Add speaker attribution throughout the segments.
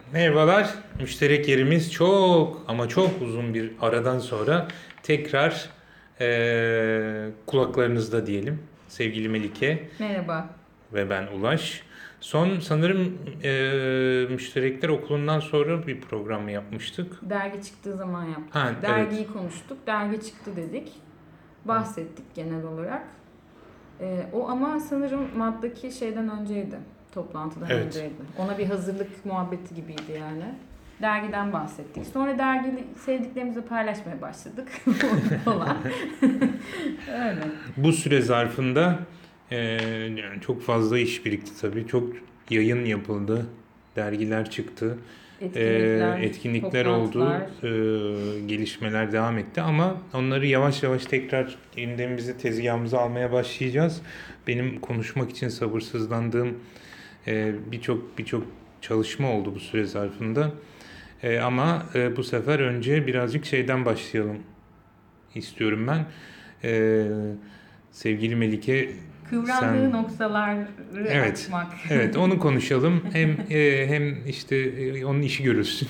Speaker 1: Merhabalar. Müşterek yerimiz çok ama çok uzun bir aradan sonra tekrar kulaklarınızda diyelim. Sevgili Melike
Speaker 2: Merhaba.
Speaker 1: ve ben Ulaş. Son sanırım Müşterekler Okulu'ndan sonra bir program yapmıştık.
Speaker 2: Dergi çıktığı zaman yaptık.
Speaker 1: Ha, evet.
Speaker 2: Dergiyi konuştuk. Dergi çıktı dedik. Bahsettik genel olarak. O ama sanırım Mad'daki şeyden önceydi. Toplantıdan
Speaker 1: Evet.
Speaker 2: önceydi. Ona bir hazırlık muhabbeti gibiydi yani. Dergiden bahsettik. Sonra dergiyi sevdiklerimizle paylaşmaya başladık falan. Öyle.
Speaker 1: Bu süre zarfında yani çok fazla iş birikti tabii. Çok yayın yapıldı. Dergiler çıktı. Etkinlikler oldu,
Speaker 2: toplantılar.
Speaker 1: gelişmeler devam etti ama onları yavaş yavaş tekrar gündemimize, tezgahımıza almaya başlayacağız. Benim konuşmak için sabırsızlandığım birçok çalışma oldu bu süre zarfında. Ama bu sefer önce birazcık şeyden başlayalım istiyorum ben. Sevgili Melike,
Speaker 2: Kıvrandığı noktaları
Speaker 1: evet,
Speaker 2: açmak.
Speaker 1: evet, onu konuşalım. Hem işte onun işi görülsün.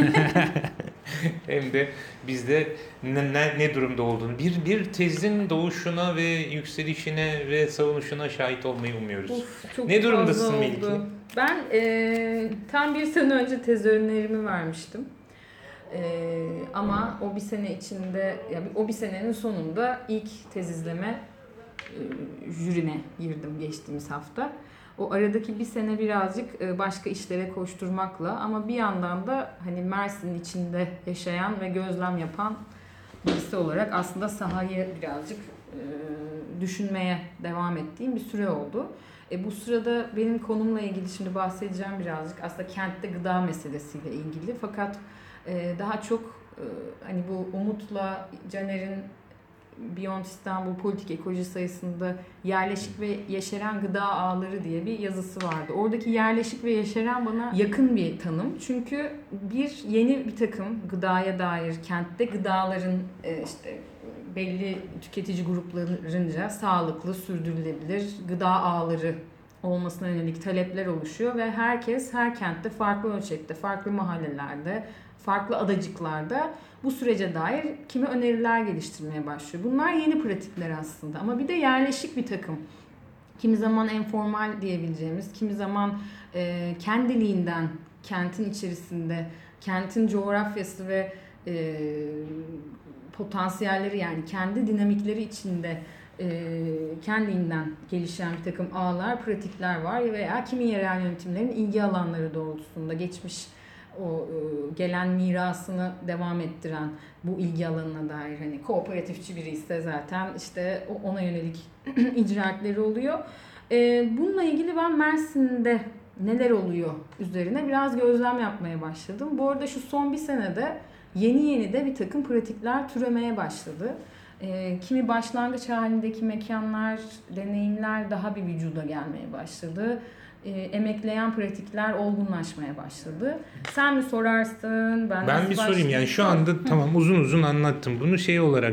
Speaker 1: Hem de biz de ne durumda olduğunu, bir tezin doğuşuna ve yükselişine ve savunuşuna şahit olmayı umuyoruz.
Speaker 2: Çok
Speaker 1: Ne durumdasın
Speaker 2: fazla
Speaker 1: Melike?
Speaker 2: oldu. Ben tam bir sene önce tez önerimi vermiştim. Ama o bir sene içinde, yani o bir senenin sonunda ilk tez izleme jürine girdim geçtiğimiz hafta. O aradaki bir sene birazcık başka işlere koşturmakla ama bir yandan da hani Mersin'in içinde yaşayan ve gözlem yapan birisi olarak aslında sahayı birazcık düşünmeye devam ettiğim bir süre oldu. Bu sırada benim konumla ilgili şimdi bahsedeceğim birazcık aslında kentte gıda meselesiyle ilgili. Fakat daha çok hani bu Umut'la Caner'in Beyond İstanbul Politik Ekoloji sayısında yerleşik ve yeşeren gıda ağları diye bir yazısı vardı. Oradaki yerleşik ve yeşeren bana yakın bir tanım. Çünkü yeni bir takım gıdaya dair kentte gıdaların işte belli tüketici gruplarınca sağlıklı, sürdürülebilir gıda ağları olmasına yönelik talepler oluşuyor ve herkes her kentte farklı ölçekte, farklı mahallelerde, farklı adacıklarda bu sürece dair kimi öneriler geliştirmeye başlıyor. Bunlar yeni pratikler aslında ama bir de yerleşik bir takım. Kimi zaman informal diyebileceğimiz, kimi zaman kendiliğinden kentin içerisinde, kentin coğrafyası ve potansiyelleri yani kendi dinamikleri içinde kendinden gelişen bir takım ağlar, pratikler var veya kimi yerel yönetimlerin ilgi alanları doğrultusunda geçmiş o gelen mirasını devam ettiren bu ilgi alanına dair hani kooperatifçi biri ise zaten işte ona yönelik icraatleri oluyor. Bununla ilgili ben Mersin'de neler oluyor üzerine biraz gözlem yapmaya başladım. Bu arada şu son bir senede yeni de bir takım pratikler türemeye başladı. Kimi başlangıç halindeki mekanlar, deneyimler daha bir vücuda gelmeye başladı. Emekleyen pratikler olgunlaşmaya başladı. Sen mi sorarsın?
Speaker 1: Ben bir sorayım yani şu anda tamam uzun uzun anlattım. Bunu şey olarak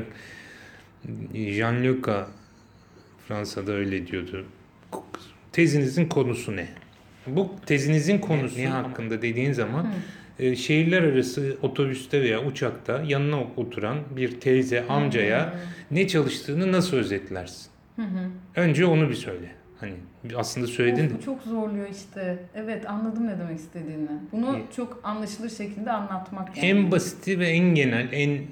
Speaker 1: Jean-Luc Fransa'da öyle diyordu. Tezinizin konusu ne? Bu tezinizin konusu ne hakkında dediğin zaman şehirler arası otobüste veya uçakta yanına oturan bir teyze, amcaya ne çalıştığını nasıl özetlersin? Önce onu bir söyle. Hani aslında söyledin de.
Speaker 2: Çok zorluyor işte. Evet, anladım ne demek istediğini. Bunu çok anlaşılır şekilde anlatmak yani.
Speaker 1: En basiti ve en genel,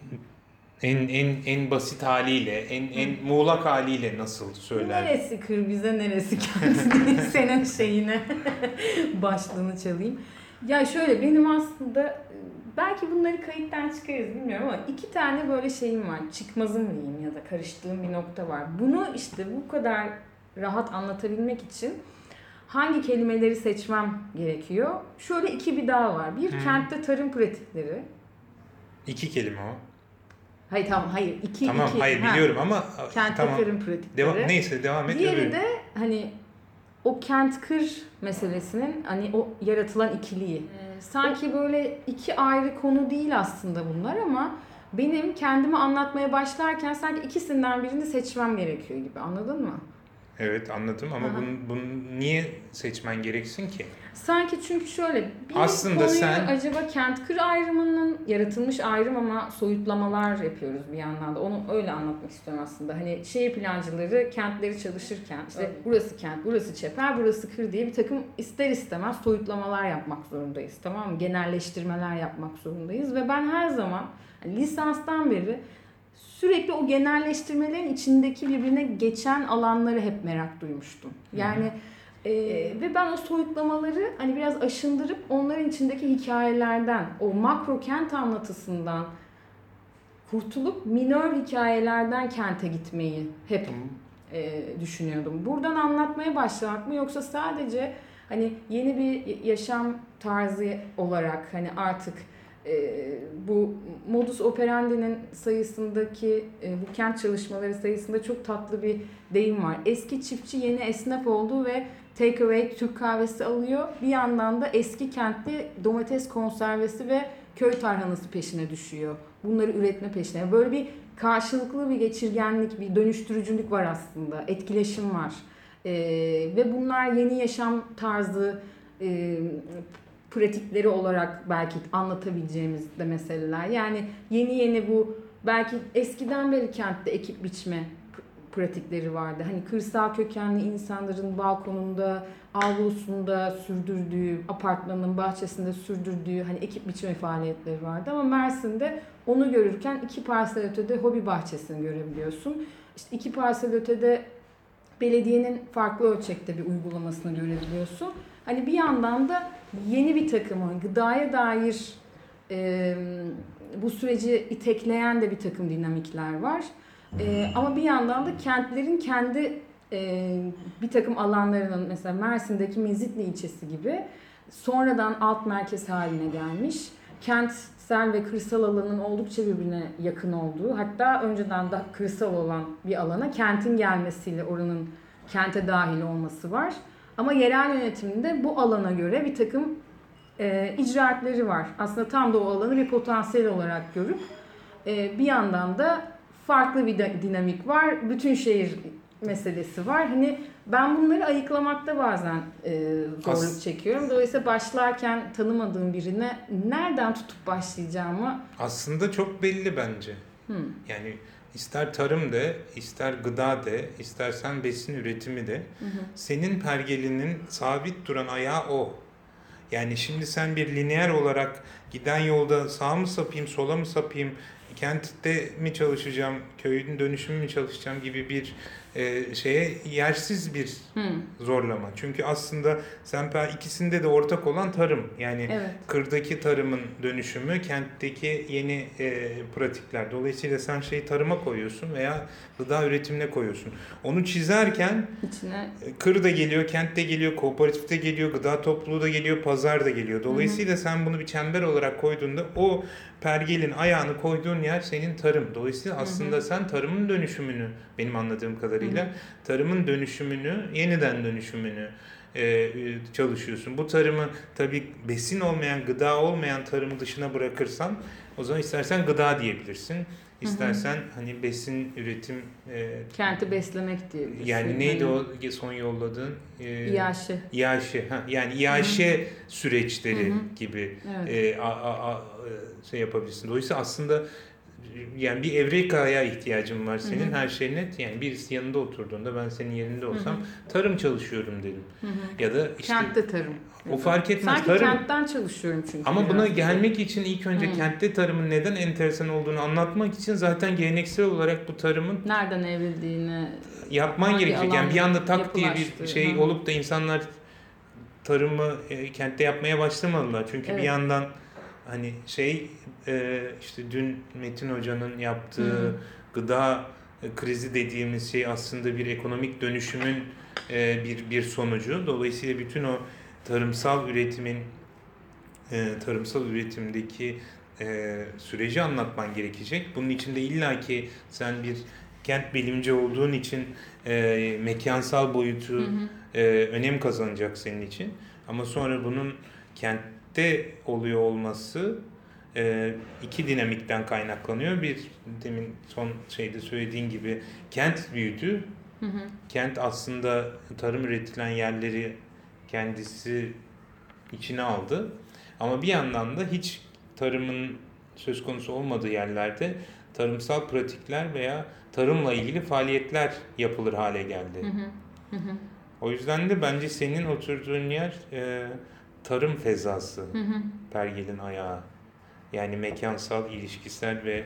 Speaker 1: en basit haliyle, en muğlak haliyle nasıl söyler?
Speaker 2: Neresi kır bize, neresi kendini senin şeyine başlığını çalayım. Ya şöyle benim aslında belki bunları kayıttan çıkarız bilmiyorum ama 2 tane böyle şeyim var. Çıkmazım diyeyim ya da karıştığım bir nokta var. Bunu işte bu kadar rahat anlatabilmek için hangi kelimeleri seçmem gerekiyor? Şöyle 2 bir daha var. Bir kentte tarım pratikleri.
Speaker 1: 2 kelime o.
Speaker 2: Hayır tamam hayır.
Speaker 1: Tamam
Speaker 2: iki.
Speaker 1: hayır biliyorum ama
Speaker 2: kentte
Speaker 1: tamam.
Speaker 2: tarım pratikleri.
Speaker 1: Neyse devam et.
Speaker 2: Diğeri de hani o kent kır meselesinin hani o yaratılan ikiliği. Sanki böyle 2 ayrı konu değil aslında bunlar ama benim kendimi anlatmaya başlarken sanki ikisinden birini seçmem gerekiyor gibi anladın mı?
Speaker 1: Evet, anladım ama bunu niye seçmen gereksin ki?
Speaker 2: Sanki çünkü şöyle bir
Speaker 1: Aslında
Speaker 2: konuyu
Speaker 1: sen
Speaker 2: acaba kent-kır ayrımının yaratılmış ayrım ama soyutlamalar yapıyoruz bir yandan da. Onu öyle anlatmak istiyorum aslında. Hani şehir plancıları kentleri çalışırken işte burası kent, burası çeper, burası kır diye bir takım ister istemez soyutlamalar yapmak zorundayız. Tamam mı? Genelleştirmeler yapmak zorundayız ve ben her zaman hani lisanstan beri sürekli o genelleştirmelerin içindeki birbirine geçen alanları hep merak duymuştum. Yani ve ben o soyutlamaları hani biraz aşındırıp onların içindeki hikayelerden, o makro kent anlatısından kurtulup minör hikayelerden kente gitmeyi hep düşünüyordum. Buradan anlatmaya başlamak mı yoksa sadece hani yeni bir yaşam tarzı olarak hani artık bu modus operandi'nin sayısındaki bu kent çalışmaları sayısında çok tatlı bir deyim var. Eski çiftçi yeni esnaf oldu ve take away Türk kahvesi alıyor. Bir yandan da eski kentte domates konservesi ve köy tarhanası peşine düşüyor. Bunları üretme peşine. Böyle bir karşılıklı bir geçirgenlik, bir dönüştürücülük var aslında. Etkileşim var. Ve bunlar yeni yaşam tarzı pratikleri olarak belki anlatabileceğimiz de meseleler. Yani yeni bu belki eskiden beri kentte ekip biçme pratikleri vardı. Hani kırsal kökenli insanların balkonunda, avlusunda sürdürdüğü, apartmanın bahçesinde sürdürdüğü hani ekip biçme faaliyetleri vardı. Ama Mersin'de onu görürken 2 parsel ötede hobi bahçesini görebiliyorsun. İşte 2 parsel ötede belediyenin farklı ölçekte bir uygulamasını görebiliyorsun. Hani bir yandan da yeni bir takım gıdaya dair bu süreci itekleyen de bir takım dinamikler var. Ama bir yandan da kentlerin kendi bir takım alanlarının mesela Mersin'deki Mezitli ilçesi gibi sonradan alt merkez haline gelmiş. Kentsel ve kırsal alanın oldukça birbirine yakın olduğu, hatta önceden de kırsal olan bir alana kentin gelmesiyle oranın kente dahil olması var. Ama yerel yönetimde bu alana göre bir takım icraatleri var. Aslında tam da o alanı bir potansiyel olarak görüp bir yandan da farklı bir dinamik var. Bütün şehir meselesi var. Hani ben bunları ayıklamakta bazen zorluk çekiyorum. Dolayısıyla başlarken tanımadığım birine nereden tutup başlayacağımı...
Speaker 1: Aslında çok belli bence. Yani ister tarım de, ister gıda de, istersen besin üretimi de. Senin pergelinin sabit duran ayağı o. Yani şimdi sen bir lineer olarak giden yolda sağa mı sapayım, sola mı sapayım, kentte mi çalışacağım, köyün dönüşümü mü çalışacağım gibi bir şeye yersiz bir zorlama. Çünkü aslında sen ikisinde de ortak olan tarım. Yani kırdaki tarımın dönüşümü, kentteki yeni pratikler. Dolayısıyla sen tarıma koyuyorsun veya gıda üretimine koyuyorsun. Onu çizerken kır da geliyor, kent de geliyor, kooperatif de geliyor, gıda topluluğu da geliyor, pazar da geliyor. Dolayısıyla sen bunu bir çember olarak koyduğunda o pergelin ayağını koyduğun yer senin tarım. Dolayısıyla aslında sen tarımın dönüşümünü, benim anladığım kadarıyla tarımın dönüşümünü, yeniden dönüşümünü çalışıyorsun. Bu tarımı tabii besin olmayan, gıda olmayan tarımı dışına bırakırsan o zaman istersen gıda diyebilirsin. İstersen hani besin üretim
Speaker 2: kenti beslemek diyebilirsin.
Speaker 1: Yani neydi o son yolladığın?
Speaker 2: İAŞ.
Speaker 1: İAŞ. Yani İAŞ süreçleri gibi yapabilirsin. Dolayısıyla aslında yani bir Evreka'ya ihtiyacım var senin. Her şey net. Yani birisi yanında oturduğunda ben senin yerinde olsam tarım çalışıyorum derim. Ya da işte
Speaker 2: kentte tarım.
Speaker 1: O fark etmez.
Speaker 2: Sanki
Speaker 1: tarım.
Speaker 2: kentten çalışıyorum çünkü.
Speaker 1: Ama buna gelmek için ilk önce kentte tarımın neden enteresan olduğunu anlatmak için zaten geleneksel olarak bu tarımın
Speaker 2: nereden evrildiğini
Speaker 1: yapman gerekecek. Yani bir anda tak diye bir şey olup da insanlar tarımı kentte yapmaya başlamadılar. Çünkü bir yandan hani işte dün Metin Hoca'nın yaptığı gıda krizi dediğimiz şey aslında bir ekonomik dönüşümün bir sonucu. Dolayısıyla bütün o tarımsal üretimdeki süreci anlatman gerekecek. Bunun için de illaki sen bir kent bilimci olduğun için mekansal boyutu önem kazanacak senin için. Ama sonra bunun kentte oluyor olması iki dinamikten kaynaklanıyor. Bir, demin son söylediğin gibi kent büyüdü. Kent aslında tarım üretilen yerleri kendisi içine aldı. Ama bir yandan da hiç tarımın söz konusu olmadığı yerlerde tarımsal pratikler veya tarımla ilgili faaliyetler yapılır hale geldi. O yüzden de bence senin oturduğun yer tarım fezası, Pergel'in ayağı. Yani mekansal, ilişkisel ve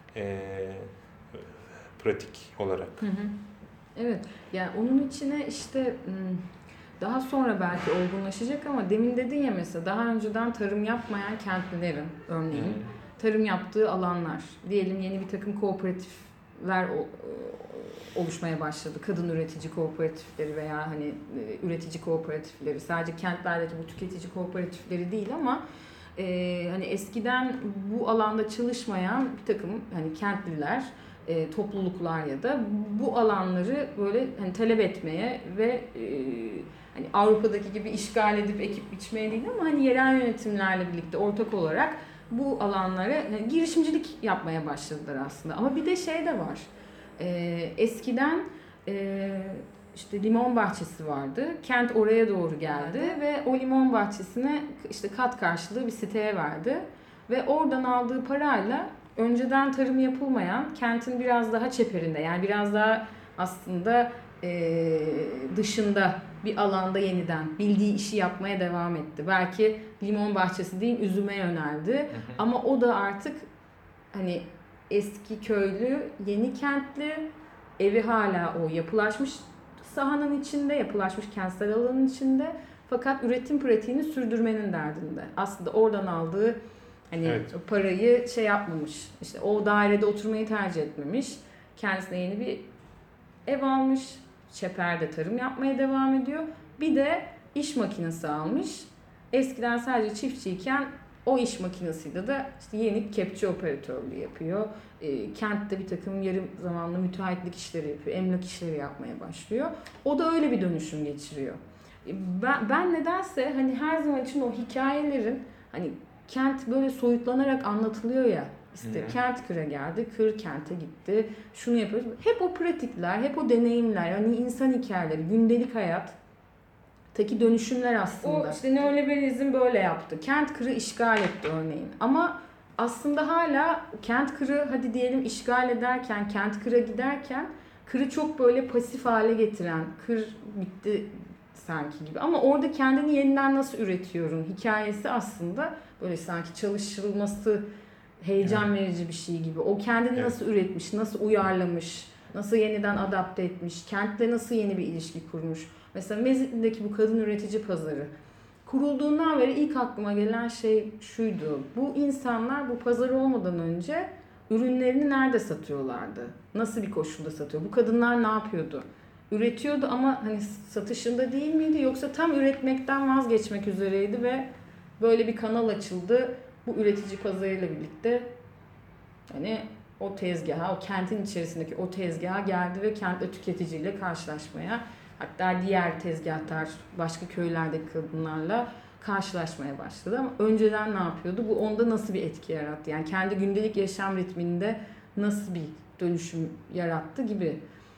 Speaker 1: pratik olarak.
Speaker 2: Evet, yani onun içine işte daha sonra belki olgunlaşacak ama demin dedin ya mesela daha önceden tarım yapmayan kentlilerin örneğin tarım yaptığı alanlar, diyelim yeni bir takım kooperatifler oluşmaya başladı. Kadın üretici kooperatifleri veya hani üretici kooperatifleri, sadece kentlerdeki bu tüketici kooperatifleri değil ama hani eskiden bu alanda çalışmayan bir takım hani kentliler, topluluklar ya da bu alanları böyle hani talep etmeye ve hani Avrupa'daki gibi işgal edip ekip biçmeye değil ama hani yerel yönetimlerle birlikte ortak olarak bu alanlara yani girişimcilik yapmaya başladılar aslında. Ama bir de şey de var. Eskiden işte limon bahçesi vardı. Kent oraya doğru geldi ve o limon bahçesine işte kat karşılığı bir siteye verdi. Ve oradan aldığı parayla önceden tarım yapılmayan kentin biraz daha çeperinde, yani biraz daha aslında dışında bir alanda yeniden bildiği işi yapmaya devam etti. Belki limon bahçesi değil, üzüme yöneldi. Ama o da artık hani eski köylü, yeni kentli, evi hala o yapılaşmış sahanın içinde, yapılaşmış kentsel alanın içinde. Fakat üretim pratiğini sürdürmenin derdinde. Aslında oradan aldığı hani parayı şey yapmamış. İşte o dairede oturmayı tercih etmemiş. Kendisine yeni bir ev almış. Çeper'de tarım yapmaya devam ediyor. Bir de iş makinesi almış. Eskiden sadece çiftçiyken o iş makinesiyle de işte yeni kepçe operatörlüğü yapıyor. Kentte bir takım yarım zamanlı müteahhitlik işleri yapıyor. Emlak işleri yapmaya başlıyor. O da öyle bir dönüşüm geçiriyor. Ben nedense hani her zaman için o hikayelerin hani kent böyle soyutlanarak anlatılıyor ya. İşte kent kıra geldi, kır kente gitti, şunu yapıyoruz. Hep o pratikler, hep o deneyimler, hani insan hikayeleri, gündelik hayat taki dönüşümler aslında. O işte neoliberalizm böyle yaptı. Kent kırı işgal etti örneğin. Ama aslında hala kent kırı hadi diyelim işgal ederken, kent kıra giderken kırı çok böyle pasif hale getiren, kır bitti sanki gibi. Ama orada kendini yeniden nasıl üretiyorum hikayesi aslında böyle sanki çalışılması heyecan verici bir şey gibi. O kendini nasıl üretmiş, nasıl uyarlamış, nasıl yeniden adapte etmiş, kentle nasıl yeni bir ilişki kurmuş. Mesela Mezitli'deki bu kadın üretici pazarı. Kurulduğundan beri ilk aklıma gelen şey şuydu. Bu insanlar bu pazar olmadan önce ürünlerini nerede satıyorlardı? Nasıl bir koşulda satıyor? Bu kadınlar ne yapıyordu? Üretiyordu ama hani satışında değil miydi? Yoksa tam üretmekten vazgeçmek üzereydi ve böyle bir kanal açıldı. Bu üretici pazarıyla birlikte hani o tezgaha, o kentin içerisindeki o tezgaha geldi ve kentle tüketiciyle karşılaşmaya, hatta diğer tezgahtar başka köylerdeki kadınlarla karşılaşmaya başladı. Ama önceden ne yapıyordu? Bu onda nasıl bir etki yarattı? Yani kendi gündelik yaşam ritminde nasıl bir dönüşüm yarattı gibi.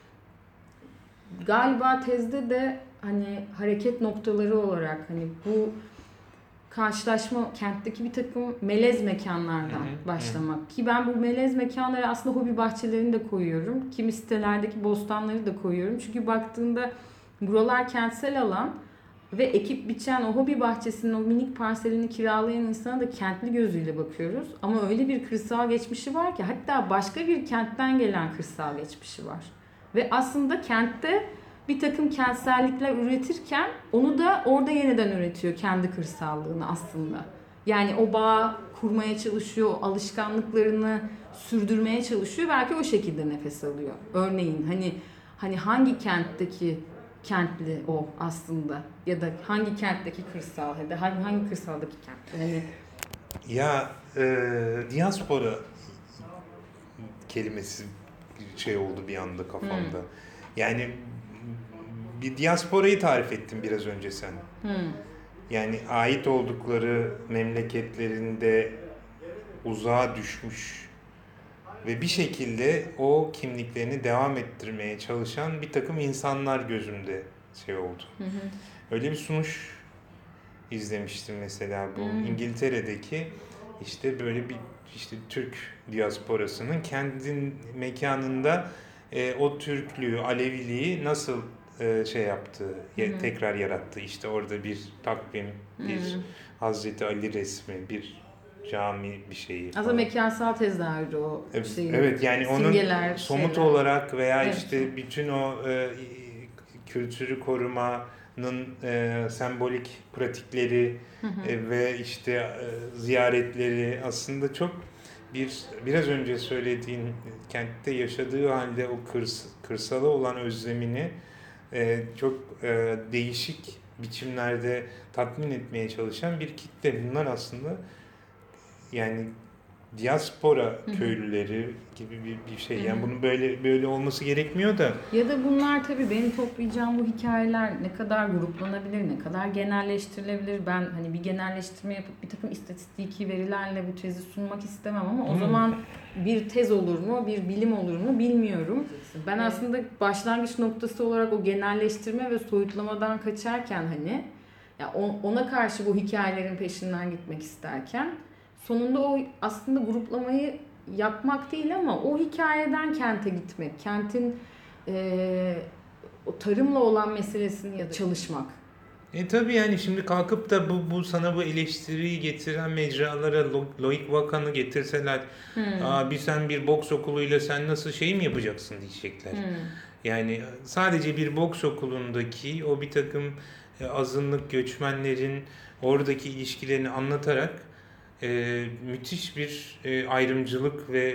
Speaker 2: Galiba tezde de hani hareket noktaları olarak hani bu karşılaşma kentteki bir takım melez mekanlardan başlamak. Ki ben bu melez mekanlara aslında hobi bahçelerini de koyuyorum. Kimi sitelerdeki bostanları da koyuyorum. Çünkü baktığında buralar kentsel alan ve ekip biçen o hobi bahçesinin o minik parselini kiralayan insana da kentli gözüyle bakıyoruz. Ama öyle bir kırsal geçmişi var ki, hatta başka bir kentten gelen kırsal geçmişi var. Ve aslında kentte bir takım kentsellikler üretirken onu da orada yeniden üretiyor, kendi kırsallığını aslında. Yani o bağ kurmaya çalışıyor, alışkanlıklarını sürdürmeye çalışıyor. Belki o şekilde nefes alıyor. Örneğin hani hangi kentteki kentli o aslında, ya da hangi kentteki kırsal, ya da hangi kırsaldaki kent. Yani
Speaker 1: diaspora kelimesi şey oldu bir anda kafamda. Yani bir diasporayı tarif ettin biraz önce sen. Yani ait oldukları memleketlerinde uzağa düşmüş ve bir şekilde o kimliklerini devam ettirmeye çalışan bir takım insanlar gözümde şey oldu. Öyle bir sunuş izlemiştim mesela bu İngiltere'deki işte böyle bir işte Türk diasporasının kendi mekanında o Türklüğü, Aleviliği nasıl şey yaptığı, tekrar yarattığı. İşte orada bir takvim, bir Hazreti Ali resmi, bir cami bir şeyi falan.
Speaker 2: Aslında mekansal tezahürü o şeyin.
Speaker 1: Evet, yani
Speaker 2: simgeler,
Speaker 1: onun somut
Speaker 2: şeyler
Speaker 1: olarak veya
Speaker 2: evet.
Speaker 1: işte bütün o kültürü korumanın sembolik pratikleri ve işte ziyaretleri aslında çok biraz önce söylediğin kentte yaşadığı halde o kırsala olan özlemini çok değişik biçimlerde tatmin etmeye çalışan bir kitle. Bunlar aslında yani diaspora köylüleri gibi bir şey. Yani bunun böyle olması gerekmiyor da.
Speaker 2: Ya da bunlar tabii benim toplayacağım bu hikayeler ne kadar gruplanabilir, ne kadar genelleştirilebilir. Ben hani bir genelleştirme yapıp bir takım istatistiki verilerle bu tezi sunmak istemem ama o zaman bir tez olur mu, bir bilim olur mu bilmiyorum. Ben aslında başlangıç noktası olarak o genelleştirme ve soyutlamadan kaçarken hani ya ona karşı bu hikayelerin peşinden gitmek isterken sonunda o aslında gruplamayı yapmak değil ama o hikayeden kente gitmek, kentin o tarımla olan meselesini ya da çalışmak.
Speaker 1: Tabii yani şimdi kalkıp da bu sana bu eleştiriyi getiren mecralara Loic Vacan'ı getirseler, abi sen bir boks okuluyla sen nasıl şey mi yapacaksın diyecekler. Yani sadece bir boks okulundaki o bir takım azınlık göçmenlerin oradaki ilişkilerini anlatarak müthiş bir ayrımcılık ve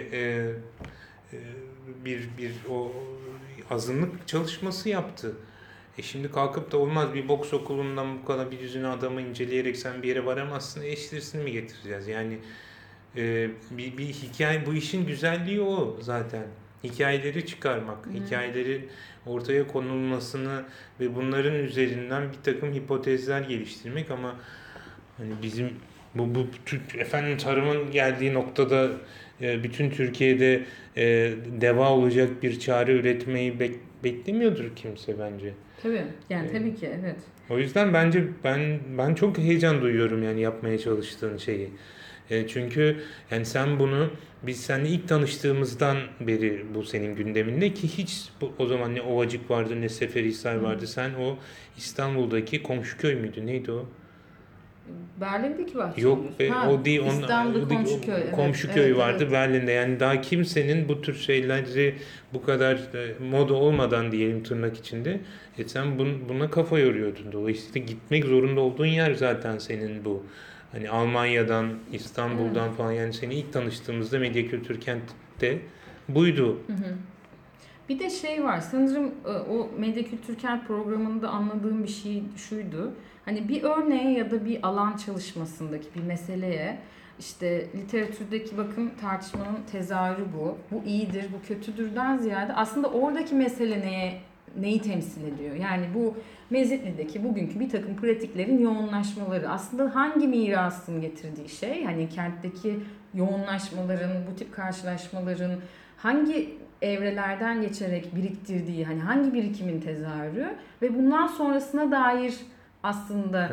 Speaker 1: bir o azınlık çalışması yaptı. Şimdi kalkıp da olmaz bir boks okulundan bu kadar bir yüzünü adamı inceleyerek sen bir yere varamazsın. Eşlerisini mi getireceğiz? Yani bir hikaye, bu işin güzelliği o zaten. Hikayeleri çıkarmak, hikayelerin ortaya konulmasını ve bunların üzerinden bir takım hipotezler geliştirmek ama hani bizim bu efendim tarımın geldiği noktada bütün Türkiye'de deva olacak bir çare üretmeyi beklemiyordur kimse bence.
Speaker 2: Tabii. Yani tabii ki evet.
Speaker 1: O yüzden bence ben çok heyecan duyuyorum yani yapmaya çalıştığın şeyi. Çünkü yani sen bunu biz seninle ilk tanıştığımızdan beri bu senin gündeminde ki hiç o zaman ne Ovacık vardı ne Seferihisar vardı. Sen o İstanbul'daki Komşuköy müydü? Neydi o?
Speaker 2: Berlin'deki bahçe.
Speaker 1: Yok be, o değil.
Speaker 2: İstanbul'da Komşuköy.
Speaker 1: Komşuköy
Speaker 2: evet,
Speaker 1: vardı
Speaker 2: evet.
Speaker 1: Berlin'de. Yani daha kimsenin bu tür şeyleri bu kadar moda olmadan diyelim tırnak içinde. Sen buna kafa yoruyordun. Dolayısıyla gitmek zorunda olduğun yer zaten senin bu. Hani Almanya'dan, İstanbul'dan falan yani seni ilk tanıştığımızda Medya Kültür Kent'te buydu.
Speaker 2: Bir de şey var sanırım o Medya Kültür Kent programında anladığım bir şey şuydu. Hani bir örneğe ya da bir alan çalışmasındaki bir meseleye işte literatürdeki bakım tartışmanın tezahürü bu. Bu iyidir, bu kötüdürden ziyade aslında oradaki mesele neyi temsil ediyor? Yani bu Mezitli'deki bugünkü bir takım pratiklerin yoğunlaşmaları aslında hangi mirasın getirdiği şey? Hani kentteki yoğunlaşmaların, bu tip karşılaşmaların hangi evrelerden geçerek biriktirdiği hani hangi birikimin tezahürü ve bundan sonrasına dair aslında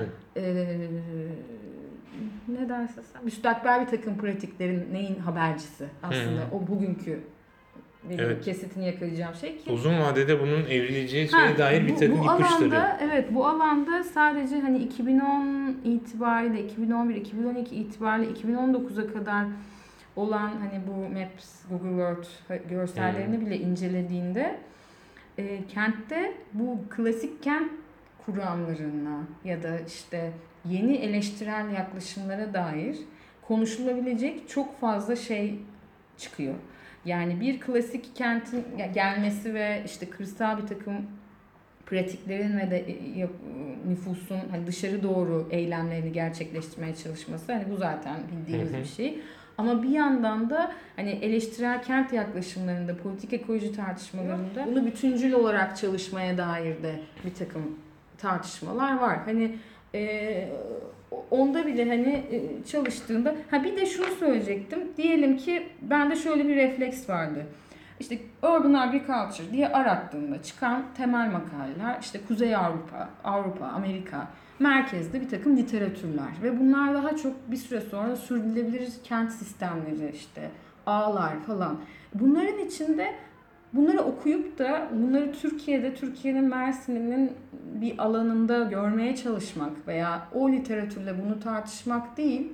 Speaker 2: ne dersen müstakbel bir takım pratiklerin neyin habercisi aslında o bugünkü kesitini yakalayacağım şey ki
Speaker 1: uzun vadede bunun evrileceği şeye dair bir takım ipuçları.
Speaker 2: Bu alanda sadece hani 2010 itibariyle 2011 2012 itibariyle 2019'a kadar olan hani bu Maps, Google Earth görsellerini bile incelediğinde kentte bu klasik kent kuramlarına ya da işte yeni eleştirel yaklaşımlara dair konuşulabilecek çok fazla şey çıkıyor. Yani bir klasik kentin gelmesi ve işte kırsal bir takım pratiklerin ve de nüfusun hani dışarı doğru eylemlerini gerçekleştirmeye çalışması hani bu zaten bildiğimiz bir şey. Ama bir yandan da hani eleştirel kent yaklaşımlarında, politik ekoloji tartışmalarında bunu bütüncül olarak çalışmaya dair de bir takım tartışmalar var. Hani onda bile hani çalıştığında bir de şunu söyleyecektim. Diyelim ki bende şöyle bir refleks vardı. İşte Urban Agriculture diye arattığında çıkan temel makaleler işte Kuzey Avrupa, Amerika merkezde bir takım literatürler ve bunlar daha çok bir süre sonra sürdürülebilir kent sistemleri işte ağlar falan. Bunların içinde bunları okuyup da bunları Türkiye'nin Mersin'inin bir alanında görmeye çalışmak veya o literatürle bunu tartışmak değil,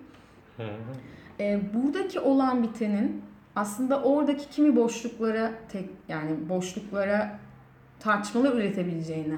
Speaker 2: buradaki olan bitenin aslında oradaki kimi boşluklara tartışmalar üretebileceğine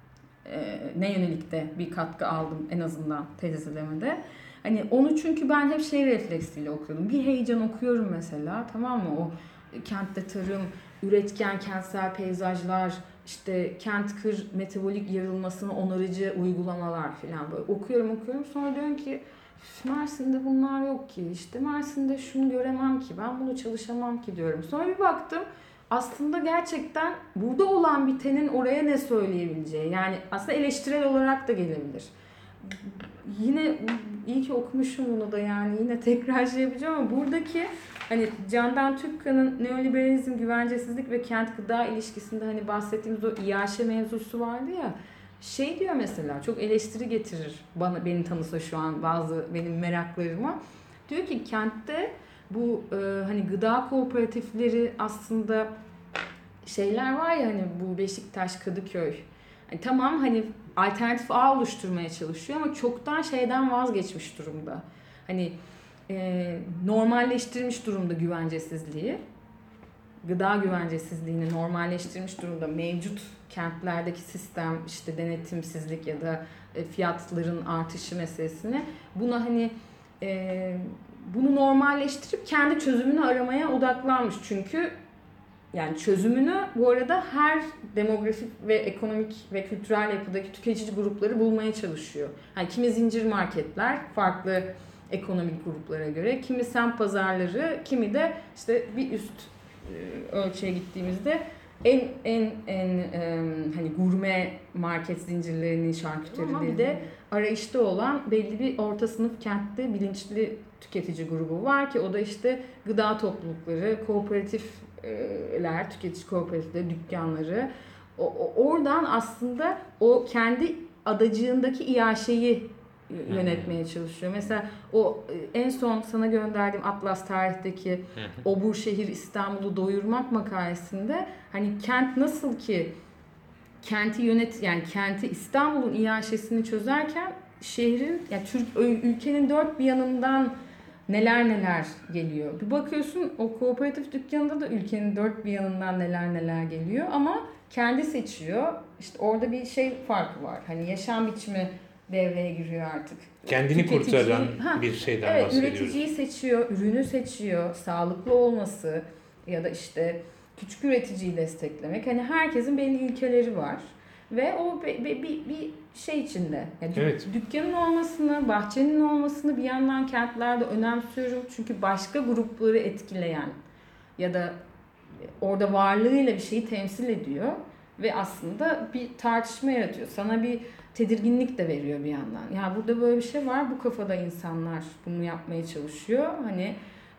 Speaker 2: ne yönelik de bir katkı aldım en azından tezlemede. Hani onu çünkü ben hep refleksiyle okuyordum. Bir heyecan okuyorum mesela, tamam mı? O kentte tarım, üretken kentsel peyzajlar, işte kent-kır metabolik yarılmasını onarıcı uygulamalar falan böyle okuyorum. Sonra diyorum ki Mersin'de bunlar yok ki, işte Mersin'de şunu göremem ki, ben bunu çalışamam ki diyorum. Sonra bir baktım aslında gerçekten burada olan bitenin oraya ne söyleyebileceği, yani aslında eleştirel olarak da gelebilir. Yine iyi ki okumuşum bunu da, yani yine tekrar yapacağım ama buradaki hani Candan Türkkan'ın neoliberalizm, güvencesizlik ve kent gıda ilişkisinde hani bahsettiğimiz o İAŞ mevzusu vardı ya, diyor mesela, çok eleştiri getirir beni tanısa şu an bazı benim meraklarıma. Diyor ki kentte bu hani gıda kooperatifleri aslında var ya, hani bu Beşiktaş, Kadıköy. Yani tamam, hani alternatif ağ oluşturmaya çalışıyor ama çoktan vazgeçmiş durumda. Hani normalleştirmiş durumda güvencesizliği. Gıda güvencesizliğini normalleştirmiş durumda. Mevcut kentlerdeki sistem, işte denetimsizlik ya da fiyatların artışı meselesini, buna hani bunu normalleştirip kendi çözümünü aramaya odaklanmış. Çünkü yani çözümünü bu arada her demografik ve ekonomik ve kültürel yapıdaki tüketici grupları bulmaya çalışıyor. Yani kimi zincir marketler farklı ekonomik gruplara göre, kimi semt pazarları, kimi de işte bir üst ölçüye gittiğimizde en hani gurme market zincirlerini, şarküterileri de arayışta olan belli bir orta sınıf kentte bilinçli tüketici grubu var ki o da işte gıda toplulukları, kooperatifler, tüketici kooperatifleri, dükkanları. Oradan aslında o kendi adacığındaki İAŞ'yi yönetmeye çalışıyor. Mesela o en son sana gönderdiğim Atlas Tarih'teki Obur Şehir İstanbul'u Doyurmak makalesinde hani kent nasıl ki kenti İstanbul'un İAŞ'sini çözerken şehrin, yani ülkenin dört bir yanından neler geliyor. Bir bakıyorsun o kooperatif dükkanında da ülkenin dört bir yanından neler geliyor ama kendi seçiyor. İşte orada bir farkı var. Hani yaşam biçimi devreye giriyor artık.
Speaker 1: Kendini kurtaran bir şeyden bahsediyoruz.
Speaker 2: Üreticiyi seçiyor, ürünü seçiyor, sağlıklı olması ya da işte küçük üreticiyi desteklemek. Hani herkesin belli ilkeleri var. Ve o bir içinde. Yani dükkanın olmasını, bahçenin olmasını bir yandan kentlerde önemsiyorum. Çünkü başka grupları etkileyen ya da orada varlığıyla bir şeyi temsil ediyor. Ve aslında bir tartışma yaratıyor. Sana bir tedirginlik de veriyor bir yandan. Ya burada böyle bir şey var, bu kafada insanlar bunu yapmaya çalışıyor. Hani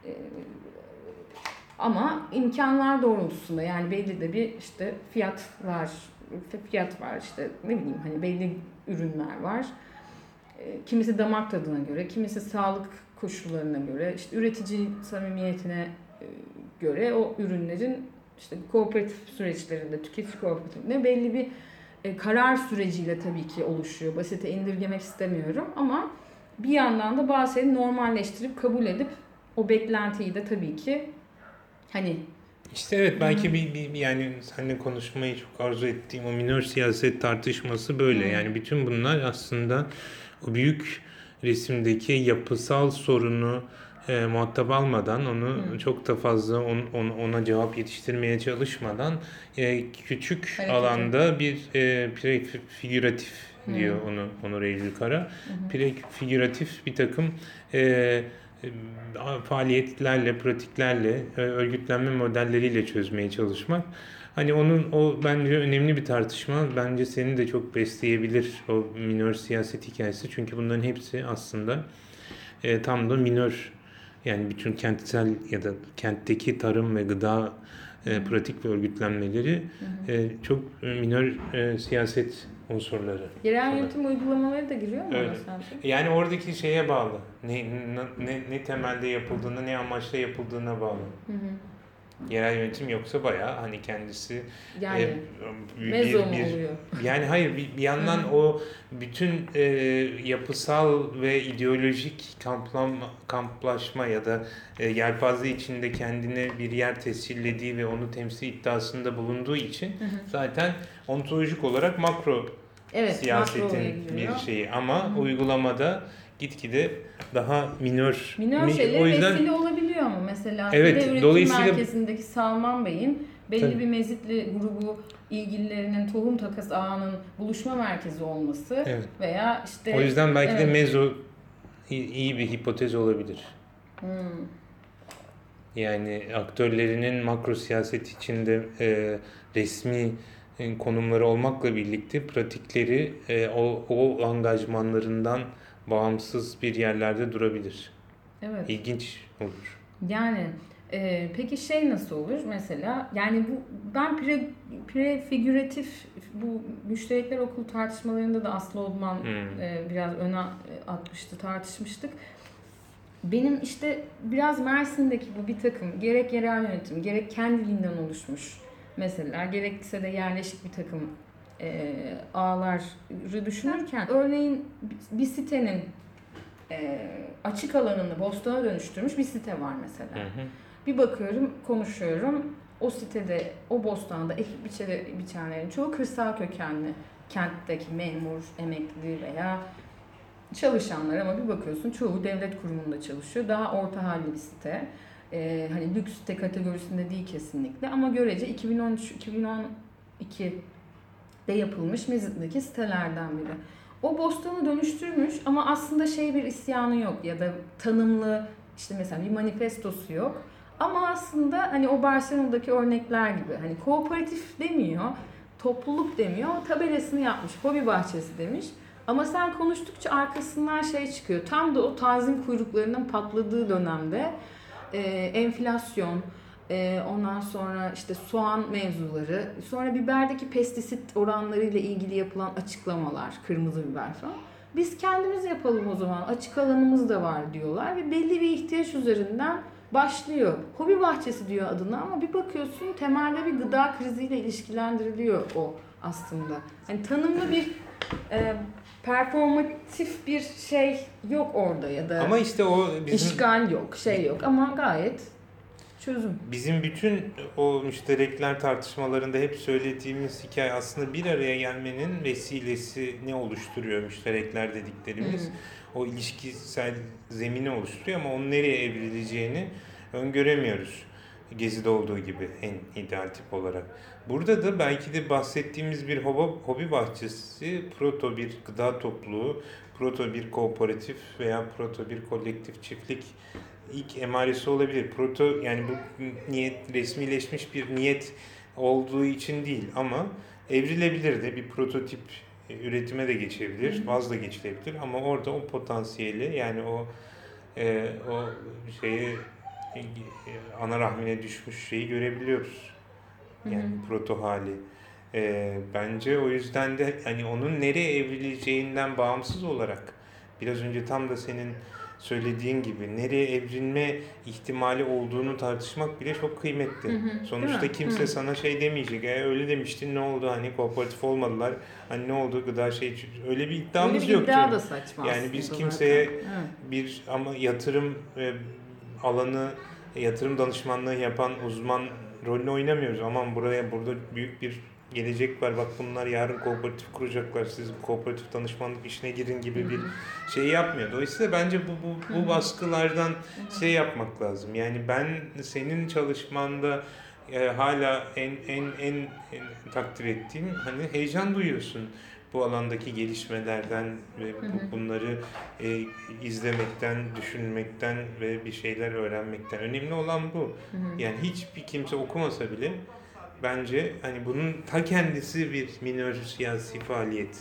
Speaker 2: ama imkanlar doğrultusunda, yani belli de bir işte fiyat var, işte ne bileyim, hani belli ürünler var. Kimisi damak tadına göre, kimisi sağlık koşullarına göre, işte üretici samimiyetine göre o ürünlerin işte kooperatif süreçlerinde, tüketici kooperatifinde belli bir karar süreciyle tabii ki oluşuyor. Basite indirgemek istemiyorum ama bir yandan da bazı şeyleri normalleştirip kabul edip o beklentiyi de tabii ki hani
Speaker 1: İşte belki bir yani seninle konuşmayı çok arzu ettiğim o minör siyaset tartışması böyle. Yani bütün bunlar aslında o büyük resimdeki yapısal sorunu muhatap almadan, onu çok da fazla ona cevap yetiştirmeye çalışmadan küçük alanda bir prefigüratif diyor onu Eylül Kara. Prefigüratif bir takım faaliyetlerle, pratiklerle, örgütlenme modelleriyle çözmeye çalışmak. Hani o bence önemli bir tartışma. Bence seni de çok besleyebilir o minör siyaset hikayesi. Çünkü bunların hepsi aslında tam da minör, yani bütün kentsel ya da kentteki tarım ve gıda pratik ve örgütlenmeleri çok minör siyaset unsurları.
Speaker 2: Yerel yönetim uygulamaları da giriyor mu
Speaker 1: Evet.
Speaker 2: sence?
Speaker 1: Yani oradaki şeye bağlı. Ne temelde yapıldığına, ne amaçla yapıldığına bağlı.
Speaker 2: Hı hı.
Speaker 1: Yerel yönetim yoksa bayağı hani kendisi
Speaker 2: Yani mezo mu oluyor?
Speaker 1: Yani hayır, bir yandan o bütün yapısal ve ideolojik kamplaşma ya da yelpaze içinde kendine bir yer tescillediği ve onu temsil iddiasında bulunduğu için zaten ontolojik olarak makro siyasetin bir şeyi, ama uygulamada gitgide daha minör.
Speaker 2: Minör şeylere vesile olabiliyor mu? Mesela
Speaker 1: evet,
Speaker 2: dolayısıyla merkezindeki Salman Bey'in belli bir mezitli grubu ilgililerinin tohum takas ağının buluşma merkezi olması veya işte...
Speaker 1: O yüzden belki de mezo iyi bir hipotez olabilir. Yani aktörlerinin makro siyaset içinde resmi konumları olmakla birlikte pratikleri o angajmanlarından bağımsız bir yerlerde durabilir.
Speaker 2: Evet.
Speaker 1: İlginç olur.
Speaker 2: Yani peki şey nasıl olur mesela? Yani ben prefigüratif bu müşterekler okulu tartışmalarında da Aslı Odman biraz öne atmıştı, tartışmıştık. Benim işte biraz Mersin'deki bu bir takım gerek yerel yönetim gerek kendiliğinden oluşmuş mesela gerekse de yerleşik bir takım ağları düşünürken örneğin bir sitenin açık alanını bostana dönüştürmüş bir site var mesela. Bir bakıyorum, konuşuyorum. O sitede, o bostanda ekip biçenlerin çoğu kırsal kökenli, kentteki memur, emekli veya çalışanlar, ama bir bakıyorsun çoğu devlet kurumunda çalışıyor. Daha orta halli bir site. Hani lüks site kategorisinde değil kesinlikle, ama görece 2013-2012'de yapılmış Mezit'teki sitelerden biri. O bostanı dönüştürmüş ama aslında bir isyanı yok ya da tanımlı işte mesela bir manifestosu yok. Ama aslında hani o Barcelona'daki örnekler gibi hani kooperatif demiyor, topluluk demiyor, tabelasını yapmış, hobi bahçesi demiş. Ama sen konuştukça arkasından çıkıyor. Tam da o tanzim kuyruklarının patladığı dönemde enflasyon, ondan sonra işte soğan mevzuları, sonra biberdeki pestisit oranları ile ilgili yapılan açıklamalar, kırmızı biber falan. Biz kendimiz yapalım o zaman, açık alanımız da var diyorlar ve belli bir ihtiyaç üzerinden başlıyor. Hobi bahçesi diyor adına ama bir bakıyorsun temelde bir gıda kriziyle ilişkilendiriliyor o aslında. Hani tanımlı bir performatif bir yok orada ya da
Speaker 1: ama işte o
Speaker 2: işgal yok, yok ama gayet çözüm.
Speaker 1: Bizim bütün o müşterekler tartışmalarında hep söylediğimiz hikaye aslında bir araya gelmenin vesilesi ne oluşturuyor müşterekler dediklerimiz. O ilişkisel zemini oluşturuyor ama onun nereye evrileceğini öngöremiyoruz. Gezi'de olduğu gibi en ideal tip olarak. Burada da belki de bahsettiğimiz bir hobi bahçesi, proto bir gıda topluluğu, proto bir kooperatif veya proto bir kolektif çiftlik ilk emaresi olabilir. Proto, yani bu niyet resmileşmiş bir niyet olduğu için değil ama evrilebilir de, bir prototip üretime de geçebilir, vaz da geçilebilir ama orada o potansiyeli, yani o şeyi ana rahmine düşmüş şeyi görebiliyoruz. Yani proto hali. Bence o yüzden de hani onun nereye evrileceğinden bağımsız olarak biraz önce tam da senin söylediğin gibi nereye evrilme ihtimali olduğunu tartışmak bile çok kıymetli. Sonuçta kimse sana demeyecek. Öyle demiştin, ne oldu, hani kooperatif olmadılar. Hani ne oldu, gıda öyle bir iddiamız yok.
Speaker 2: Öyle bir iddia da saçma.
Speaker 1: Yani biz kimseye bir ama yatırım alanı, yatırım danışmanlığı yapan uzman rolünü oynamıyoruz. Aman burada büyük bir gelecek var. Bak bunlar yarın kooperatif kuracaklar. Siz kooperatif danışmanlık işine girin gibi bir yapmıyor. Dolayısıyla bence bu baskılardan yapmak lazım. Yani ben senin çalışmanda hala en takdir ettiğim, hani heyecan duyuyorsun. bu alandaki gelişmelerden ve bunları izlemekten, düşünmekten ve bir şeyler öğrenmekten. Önemli olan bu. Yani hiçbir kimse okumasa bile bence hani bunun ta kendisi bir minör siyasi faaliyet.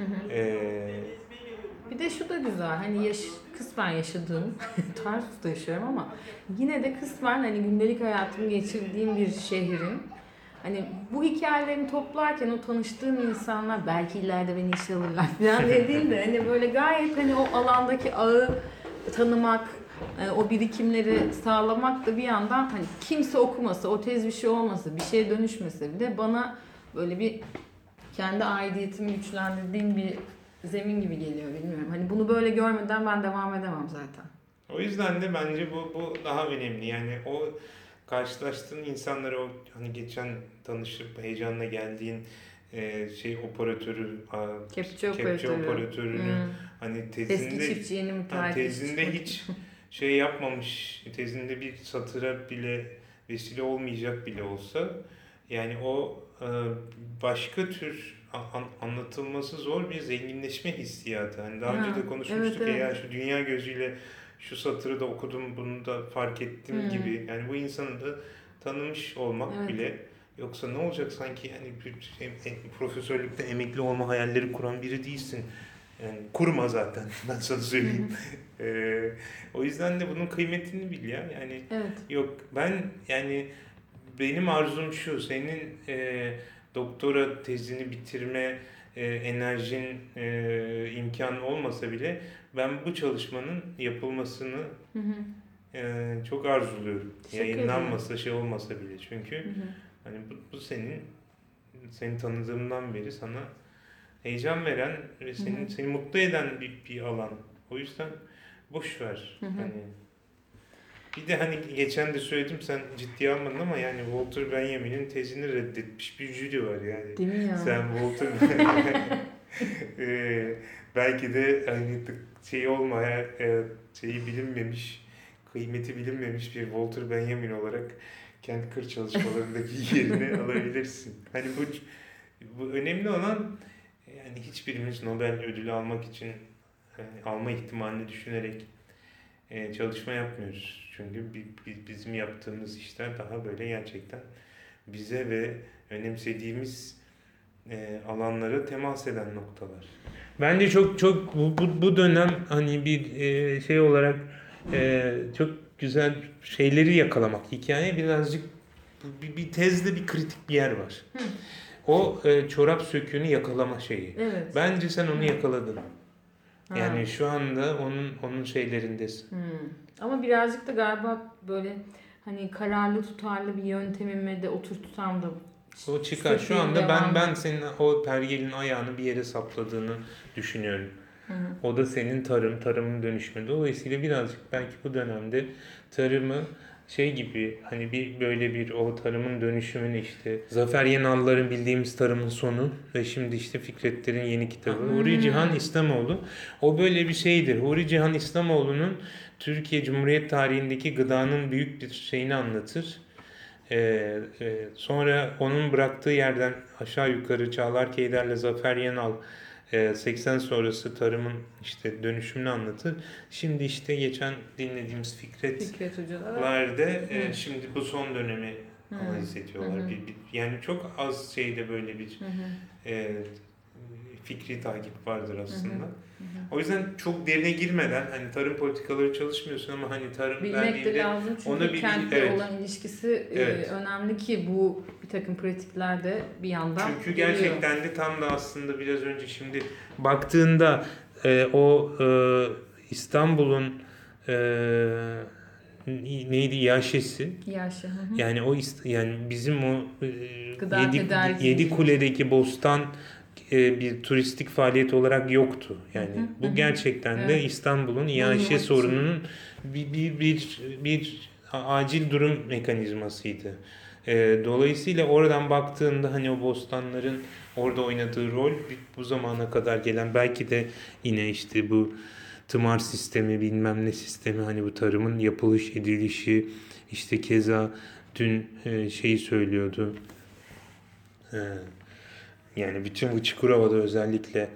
Speaker 2: Bir de şu da güzel, hani kısmen yaşadığım, Tarsus'ta yaşıyorum ama yine de kısmen hani gündelik hayatımı geçirdiğim bir şehrin, hani bu hikayelerini toplarken o tanıştığım insanlar belki ileride beni işe alırlar falan dediğimde hani böyle gayet hani o alandaki ağı tanımak, o birikimleri sağlamak da bir yandan hani kimse okumasa, o tez bir şey olmasa, bir şeye dönüşmese bile bana böyle bir kendi aidiyetimi güçlendirdiğim bir zemin gibi geliyor, bilmiyorum. Hani bunu böyle görmeden ben devam edemem zaten.
Speaker 1: O yüzden de bence bu daha önemli. Yani o karşılaştığın insanları, o hani geçen tanışıp heyecanla geldiğin operatörü, kepçe operatörünü hani tezinde hiç şey yapmamış, tezinde bir satıra bile vesile olmayacak bile olsa yani o başka tür anlatılması zor bir zenginleşme hissiyatı. Hani daha önce de konuşmuştuk ya şu dünya gözüyle şu satırı da okudum, bunu da fark ettim gibi. Yani bu insanı da tanımış olmak bile, yoksa ne olacak sanki yani profesörlükte emekli olma hayalleri kuran biri değilsin. Yani kurma zaten, ben sana söyleyeyim. O yüzden de bunun kıymetini bil ya. Yani yok ben yani benim arzum şu, senin doktora tezini bitirme enerjin imkanı olmasa bile ben bu çalışmanın yapılmasını çok arzuluyorum. Yayınlanmasa şey olmasa bile çünkü hani bu seni tanıdığımdan beri sana heyecan veren ve seni mutlu eden bir alan. O yüzden boş ver. Hani bir de hani geçen de söyledim, sen ciddiye almadın ama yani Walter Benjamin'in tezini reddetmiş bir jüri var yani.
Speaker 2: Değil mi ya?
Speaker 1: Sen Walter belki de hani şeyi bilinmemiş, kıymeti bilinmemiş bir Walter Benjamin olarak kendi kır çalışmalarındaki yerini alabilirsin. Hani bu önemli olan, yani hiçbirimiz Nobel ödülü almak için alma ihtimalini düşünerek çalışma yapmıyoruz. Çünkü bizim yaptığımız işler daha böyle gerçekten bize ve önemsediğimiz alanlara temas eden noktalar. Bence çok bu dönem hani bir şey olarak çok güzel şeyleri yakalamak. Hikaye birazcık bir tezde bir kritik bir yer var. O çorap söküğünü yakalama şeyi.
Speaker 2: Evet.
Speaker 1: Bence sen onu yakaladın. Yani şu anda onun şeylerindesin.
Speaker 2: Ama birazcık da galiba böyle hani kararlı tutarlı bir yöntemime de oturtsam da
Speaker 1: o çıkar. Şu anda ben senin o pergelin ayağını bir yere sapladığını düşünüyorum. O da senin tarımın dönüşümü. Dolayısıyla birazcık belki bu dönemde tarımı şey gibi hani böyle bir o tarımın dönüşümünü, işte Zafer Yenal'ların bildiğimiz tarımın sonu ve şimdi işte Fikretler'in yeni kitabı. Huri Cihan İslamoğlu. O böyle bir şeydir. Huri Cihan İslamoğlu'nun Türkiye Cumhuriyet tarihindeki gıdanın büyük bir şeyini anlatır. Sonra onun bıraktığı yerden aşağı yukarı Çağlar Keyder'le Zafer Yenal 80 sonrası tarımın işte dönüşümünü anlatır. Şimdi işte geçen dinlediğimiz Fikret Hocalar'da şimdi bu son dönemi analiz ediyorlar. Yani çok az şeyde böyle bir fikri takip vardır aslında. O yüzden çok derine girmeden hani tarım politikaları çalışmıyorsun ama hani tarım
Speaker 2: bilmek de lazım çünkü kentle olan ilişkisi önemli ki bu bir takım pratiklerde bir yandan
Speaker 1: çünkü gerçekten de tam da aslında biraz önce şimdi baktığında o İstanbul'un neydi Yaşesi. Yani o yani bizim o yedi kuledeki bostan bir turistik faaliyet olarak yoktu. Yani bu gerçekten de İstanbul'un iaşe sorununun bir acil durum mekanizmasıydı. Dolayısıyla oradan baktığında hani o bostanların orada oynadığı rol bu zamana kadar gelen, belki de yine işte bu tımar sistemi bilmem ne sistemi, hani bu tarımın yapılış edilişi, işte keza dün şeyi söylüyordu. Yani bütün bu Çukurova'da özellikle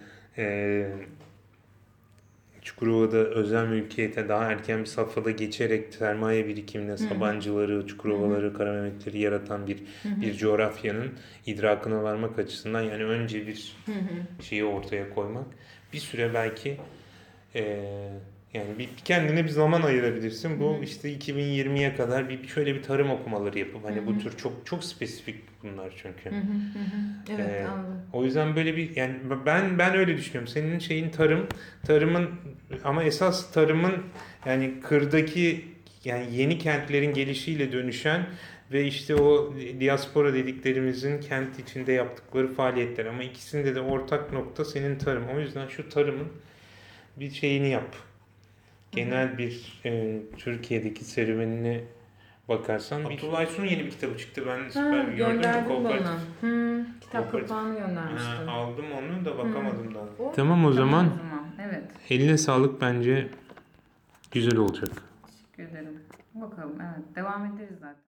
Speaker 1: Çukurova'da özel mülkiyete daha erken bir safhada geçerek sermaye birikimine Sabancıları, Çukurovaları, Karamehmetleri yaratan bir coğrafyanın idrakına varmak açısından yani önce bir şeyi ortaya koymak. Bir süre belki yani kendine bir zaman ayırabilirsin. Bu işte 2020'ye kadar şöyle bir tarım okumaları yapıp hani bu tür çok çok spesifik bunlar çünkü.
Speaker 2: Evet, anladım.
Speaker 1: O yüzden böyle bir yani ben öyle düşünüyorum. Senin şeyin tarımın ama esas tarımın yani kırdaki yani yeni kentlerin gelişiyle dönüşen ve işte o diaspora dediklerimizin kent içinde yaptıkları faaliyetler ama ikisinde de ortak nokta senin tarım. O yüzden şu tarımın bir şeyini yap. Genel bir Türkiye'deki serüvenine bakarsan. Abdullah Aysun'un yeni bir kitabı çıktı. Ben gördüm de
Speaker 2: bana. Kitap kapağını göndermiştin.
Speaker 1: Aldım onu da bakamadım daha.
Speaker 2: O?
Speaker 1: Tamam o zaman.
Speaker 2: Evet.
Speaker 1: Eline sağlık, bence güzel olacak.
Speaker 2: Teşekkür ederim. Bakalım, evet. Devam ederiz zaten.